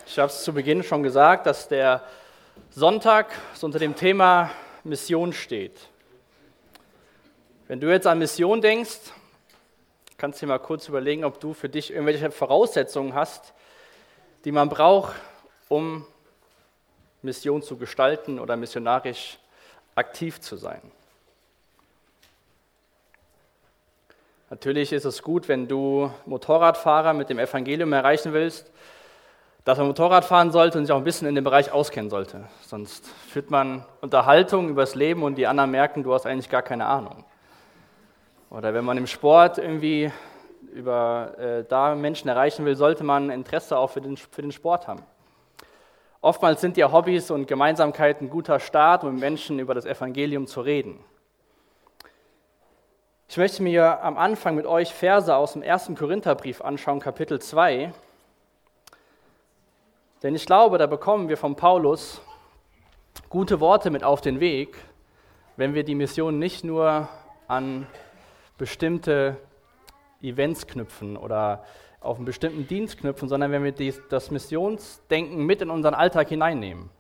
Ich habe es zu Beginn schon gesagt, dass der Sonntag so unter dem Thema Mission steht. Wenn du jetzt an Mission denkst, kannst du dir mal kurz überlegen, ob du für dich irgendwelche Voraussetzungen hast, die man braucht, um Mission zu gestalten oder missionarisch aktiv zu sein. Natürlich ist es gut, wenn du Motorradfahrer mit dem Evangelium erreichen willst, dass man Motorrad fahren sollte und sich auch ein bisschen in dem Bereich auskennen sollte. Sonst führt man Unterhaltung über das Leben und die anderen merken, du hast eigentlich gar keine Ahnung. Oder wenn man im Sport irgendwie da Menschen erreichen will, sollte man Interesse auch für den Sport haben. Oftmals sind ja Hobbys und Gemeinsamkeiten ein guter Start, um mit Menschen über das Evangelium zu reden. Ich möchte mir am Anfang mit euch Verse aus dem 1. Korintherbrief anschauen, Kapitel 2. Denn ich glaube, da bekommen wir von Paulus gute Worte mit auf den Weg, wenn wir die Mission nicht nur an bestimmte Events knüpfen oder auf einen bestimmten Dienst knüpfen, sondern wenn wir das Missionsdenken mit in unseren Alltag hineinnehmen.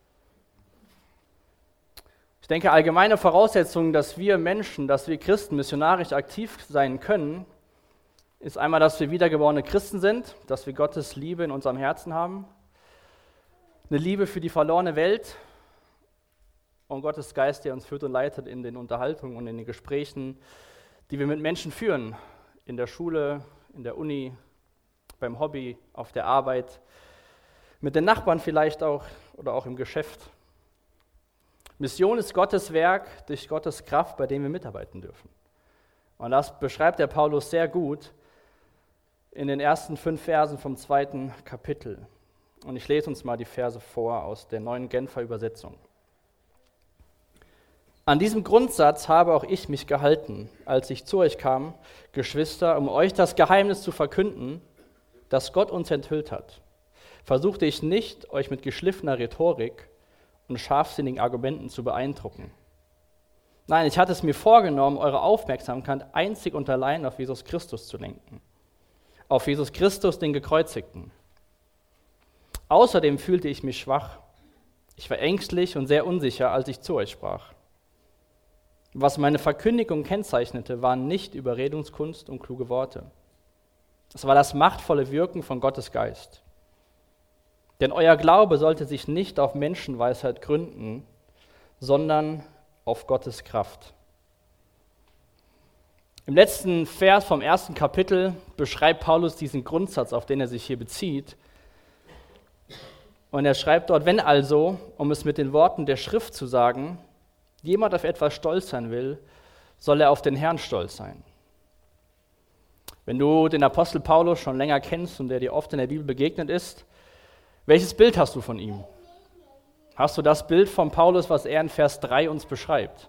Ich denke, allgemeine Voraussetzungen, dass wir Menschen, dass wir Christen missionarisch aktiv sein können, ist einmal, dass wir wiedergeborene Christen sind, dass wir Gottes Liebe in unserem Herzen haben, eine Liebe für die verlorene Welt und Gottes Geist, der uns führt und leitet in den Unterhaltungen und in den Gesprächen, die wir mit Menschen führen, in der Schule, in der Uni, beim Hobby, auf der Arbeit, mit den Nachbarn vielleicht auch oder auch im Geschäft. Mission ist Gottes Werk durch Gottes Kraft, bei dem wir mitarbeiten dürfen. Und das beschreibt der Paulus sehr gut in den ersten 5 Versen vom 2. Kapitel. Und ich lese uns mal die Verse vor aus der Neuen Genfer Übersetzung. An diesem Grundsatz habe auch ich mich gehalten, als ich zu euch kam, Geschwister, um euch das Geheimnis zu verkünden, das Gott uns enthüllt hat. Versuchte ich nicht, euch mit geschliffener Rhetorik und scharfsinnigen Argumenten zu beeindrucken. Nein, ich hatte es mir vorgenommen, eure Aufmerksamkeit einzig und allein auf Jesus Christus zu lenken. Auf Jesus Christus, den Gekreuzigten. Außerdem fühlte ich mich schwach. Ich war ängstlich und sehr unsicher, als ich zu euch sprach. Was meine Verkündigung kennzeichnete, waren nicht Überredungskunst und kluge Worte. Es war das machtvolle Wirken von Gottes Geist. Denn euer Glaube sollte sich nicht auf Menschenweisheit gründen, sondern auf Gottes Kraft. Im letzten Vers vom 1. Kapitel beschreibt Paulus diesen Grundsatz, auf den er sich hier bezieht. Und er schreibt dort, wenn also, um es mit den Worten der Schrift zu sagen, jemand auf etwas stolz sein will, soll er auf den Herrn stolz sein. Wenn du den Apostel Paulus schon länger kennst und der dir oft in der Bibel begegnet ist, welches Bild hast du von ihm? Hast du das Bild von Paulus, was er in Vers 3 uns beschreibt?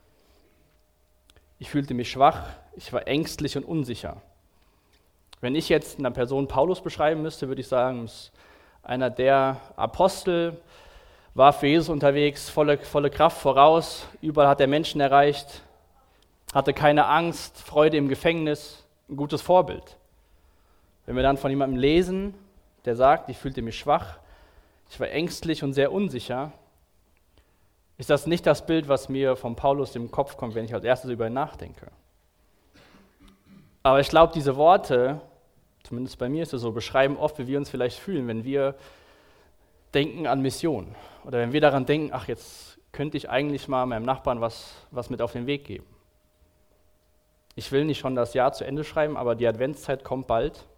Ich fühlte mich schwach, ich war ängstlich und unsicher. Wenn ich jetzt eine Person Paulus beschreiben müsste, würde ich sagen, es ist einer der Apostel, war für Jesus unterwegs, volle Kraft voraus, überall hat er Menschen erreicht, hatte keine Angst, Freude im Gefängnis, ein gutes Vorbild. Wenn wir dann von jemandem lesen, der sagt, ich fühlte mich schwach, ich war ängstlich und sehr unsicher, ist das nicht das Bild, was mir von Paulus im Kopf kommt, wenn ich als erstes über ihn nachdenke. Aber ich glaube, diese Worte, zumindest bei mir ist es so, beschreiben oft, wie wir uns vielleicht fühlen, wenn wir denken an Mission. Oder wenn wir daran denken, ach, jetzt könnte ich eigentlich mal meinem Nachbarn was mit auf den Weg geben. Ich will nicht schon das Jahr zu Ende schreiben, aber die Adventszeit kommt bald.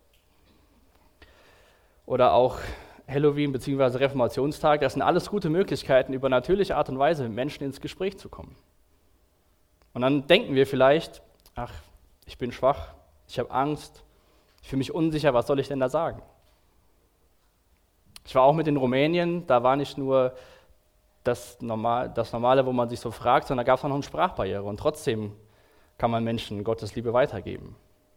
Oder auch Halloween bzw. Reformationstag, das sind alles gute Möglichkeiten, über natürliche Art und Weise mit Menschen ins Gespräch zu kommen. Und dann denken wir vielleicht, ach, ich bin schwach, ich habe Angst, ich fühle mich unsicher, was soll ich denn da sagen? Ich war auch mit in Rumänien, da war nicht nur das Normale, wo man sich so fragt, sondern da gab es auch noch eine Sprachbarriere und trotzdem kann man Menschen Gottes Liebe weitergeben.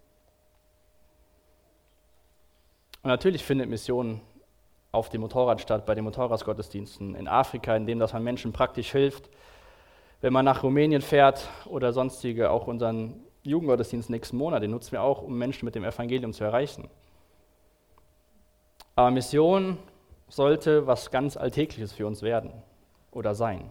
Und natürlich findet Mission auf dem Motorrad statt, bei den Motorradgottesdiensten in Afrika, indem dass man Menschen praktisch hilft. Wenn man nach Rumänien fährt oder sonstige, auch unseren Jugendgottesdienst nächsten Monat, den nutzen wir auch, um Menschen mit dem Evangelium zu erreichen. Aber Mission sollte was ganz Alltägliches für uns werden oder sein.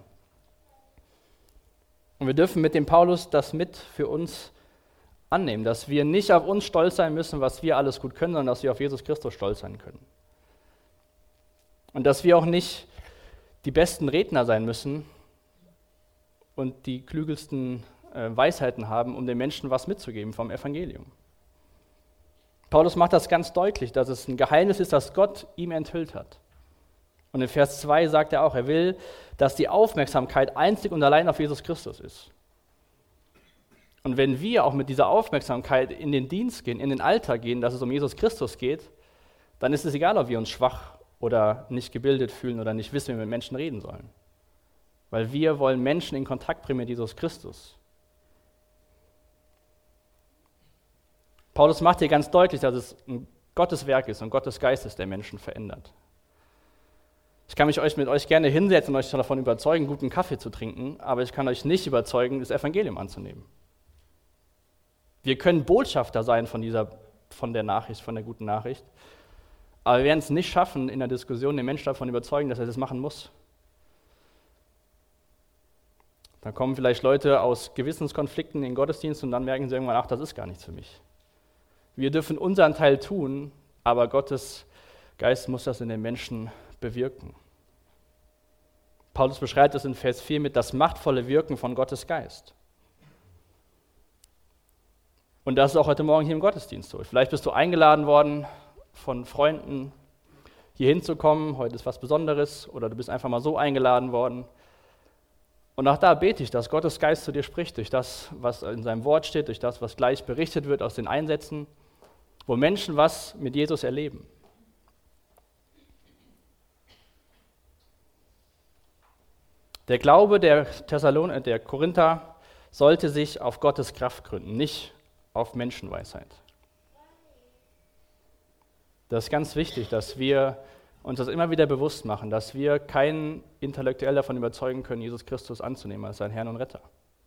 Und wir dürfen mit dem Paulus das mit für uns annehmen, dass wir nicht auf uns stolz sein müssen, was wir alles gut können, sondern dass wir auf Jesus Christus stolz sein können. Und dass wir auch nicht die besten Redner sein müssen und die klügelsten Weisheiten haben, um den Menschen was mitzugeben vom Evangelium. Paulus macht das ganz deutlich, dass es ein Geheimnis ist, das Gott ihm enthüllt hat. Und in Vers 2 sagt er auch, er will, dass die Aufmerksamkeit einzig und allein auf Jesus Christus ist. Und wenn wir auch mit dieser Aufmerksamkeit in den Dienst gehen, in den Alltag gehen, dass es um Jesus Christus geht, dann ist es egal, ob wir uns schwach oder nicht gebildet fühlen oder nicht wissen, wie wir mit Menschen reden sollen. Weil wir wollen Menschen in Kontakt bringen mit Jesus Christus. Paulus macht hier ganz deutlich, dass es ein Gottes Werk ist und Gottes Geist ist, der Menschen verändert. Ich kann mich mit euch gerne hinsetzen und euch davon überzeugen, guten Kaffee zu trinken, aber ich kann euch nicht überzeugen, das Evangelium anzunehmen. Wir können Botschafter sein von der Nachricht, von der guten Nachricht, aber wir werden es nicht schaffen, in der Diskussion den Menschen davon überzeugen, dass er das machen muss. Dann kommen vielleicht Leute aus Gewissenskonflikten in den Gottesdienst und dann merken sie irgendwann, ach, das ist gar nichts für mich. Wir dürfen unseren Teil tun, aber Gottes Geist muss das in den Menschen bewirken. Paulus beschreibt es in Vers 4 mit das machtvolle Wirken von Gottes Geist. Und das ist auch heute Morgen hier im Gottesdienst so. Vielleicht bist du eingeladen worden von Freunden, hier hinzukommen. Heute ist was Besonderes oder du bist einfach mal so eingeladen worden. Und auch da bete ich, dass Gottes Geist zu dir spricht, durch das, was in seinem Wort steht, durch das, was gleich berichtet wird aus den Einsätzen, wo Menschen was mit Jesus erleben. Der Glaube der Korinther sollte sich auf Gottes Kraft gründen, nicht auf Menschenweisheit. Das ist ganz wichtig, dass wir uns das immer wieder bewusst machen, dass wir keinen intellektuell davon überzeugen können, Jesus Christus anzunehmen als seinen Herrn und Retter.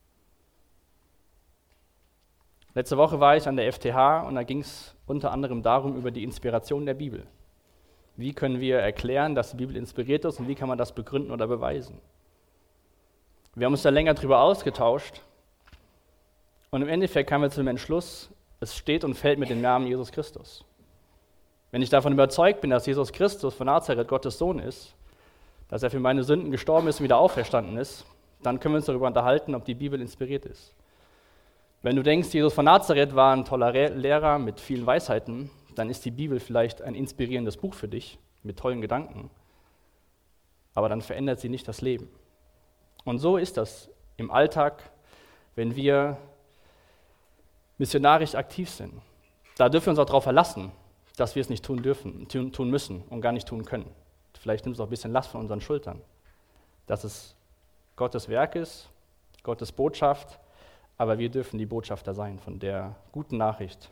Letzte Woche war ich an der FTH und da ging es unter anderem darum, über die Inspiration der Bibel. Wie können wir erklären, dass die Bibel inspiriert ist und wie kann man das begründen oder beweisen? Wir haben uns da länger drüber ausgetauscht und im Endeffekt kamen wir zu dem Entschluss, es steht und fällt mit dem Namen Jesus Christus. Wenn ich davon überzeugt bin, dass Jesus Christus von Nazareth Gottes Sohn ist, dass er für meine Sünden gestorben ist und wieder auferstanden ist, dann können wir uns darüber unterhalten, ob die Bibel inspiriert ist. Wenn du denkst, Jesus von Nazareth war ein toller Lehrer mit vielen Weisheiten, dann ist die Bibel vielleicht ein inspirierendes Buch für dich mit tollen Gedanken, aber dann verändert sie nicht das Leben. Und so ist das im Alltag, wenn wir missionarisch aktiv sind. Da dürfen wir uns auch darauf verlassen, dass wir es nicht tun müssen und gar nicht tun können. Vielleicht nimmt es auch ein bisschen Last von unseren Schultern. Dass es Gottes Werk ist, Gottes Botschaft, aber wir dürfen die Botschafter sein von der guten Nachricht.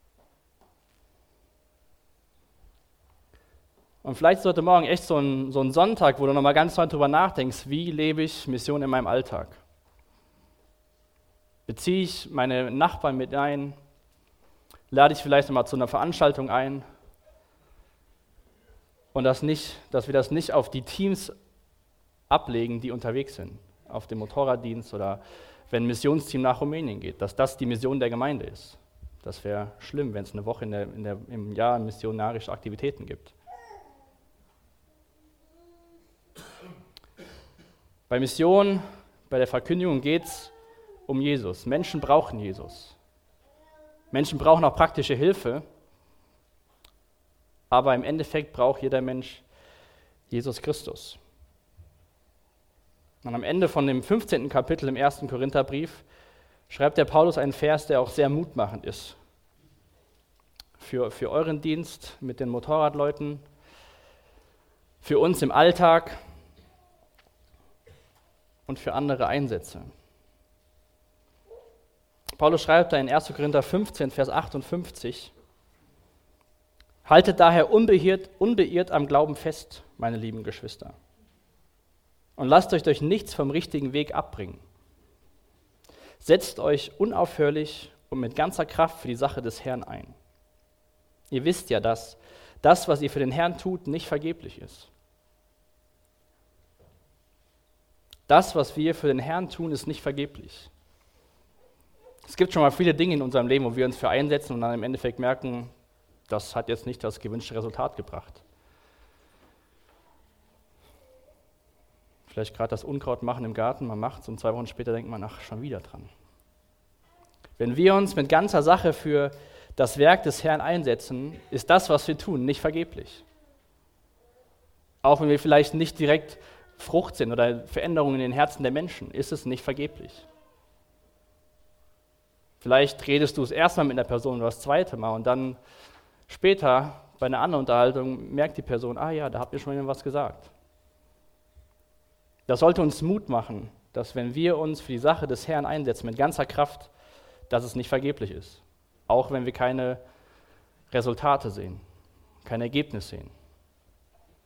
Und vielleicht ist heute Morgen echt so ein Sonntag, wo du nochmal ganz neu drüber nachdenkst, wie lebe ich Mission in meinem Alltag? Beziehe ich meine Nachbarn mit ein? Lade ich vielleicht nochmal zu einer Veranstaltung ein? Und dass wir das nicht auf die Teams ablegen, die unterwegs sind, auf dem Motorraddienst oder wenn ein Missionsteam nach Rumänien geht, dass das die Mission der Gemeinde ist. Das wäre schlimm, wenn es eine Woche im Jahr missionarische Aktivitäten gibt. Bei Mission, bei der Verkündigung geht es um Jesus. Menschen brauchen Jesus. Menschen brauchen auch praktische Hilfe, aber im Endeffekt braucht jeder Mensch Jesus Christus. Und am Ende von dem 15. Kapitel im 1. Korintherbrief schreibt der Paulus einen Vers, der auch sehr mutmachend ist. Für euren Dienst mit den Motorradleuten, für uns im Alltag und für andere Einsätze. Paulus schreibt da in 1. Korinther 15, Vers 58, haltet daher unbeirrt am Glauben fest, meine lieben Geschwister, und lasst euch durch nichts vom richtigen Weg abbringen. Setzt euch unaufhörlich und mit ganzer Kraft für die Sache des Herrn ein. Ihr wisst ja, dass, das, was ihr für den Herrn tut, nicht vergeblich ist. Das, was wir für den Herrn tun, ist nicht vergeblich. Es gibt schon mal viele Dinge in unserem Leben, wo wir uns für einsetzen und dann im Endeffekt merken, das hat jetzt nicht das gewünschte Resultat gebracht. Vielleicht gerade das Unkraut machen im Garten, man macht es und 2 Wochen später denkt man, ach, schon wieder dran. Wenn wir uns mit ganzer Sache für das Werk des Herrn einsetzen, ist das, was wir tun, nicht vergeblich. Auch wenn wir vielleicht nicht direkt Frucht sind oder Veränderungen in den Herzen der Menschen, ist es nicht vergeblich. Vielleicht redest du es erstmal mit einer Person oder das zweite Mal und dann später bei einer anderen Unterhaltung merkt die Person, ah ja, da habt ihr schon jemand was gesagt. Das sollte uns Mut machen, dass wenn wir uns für die Sache des Herrn einsetzen mit ganzer Kraft, dass es nicht vergeblich ist. Auch wenn wir keine Resultate sehen, kein Ergebnis sehen.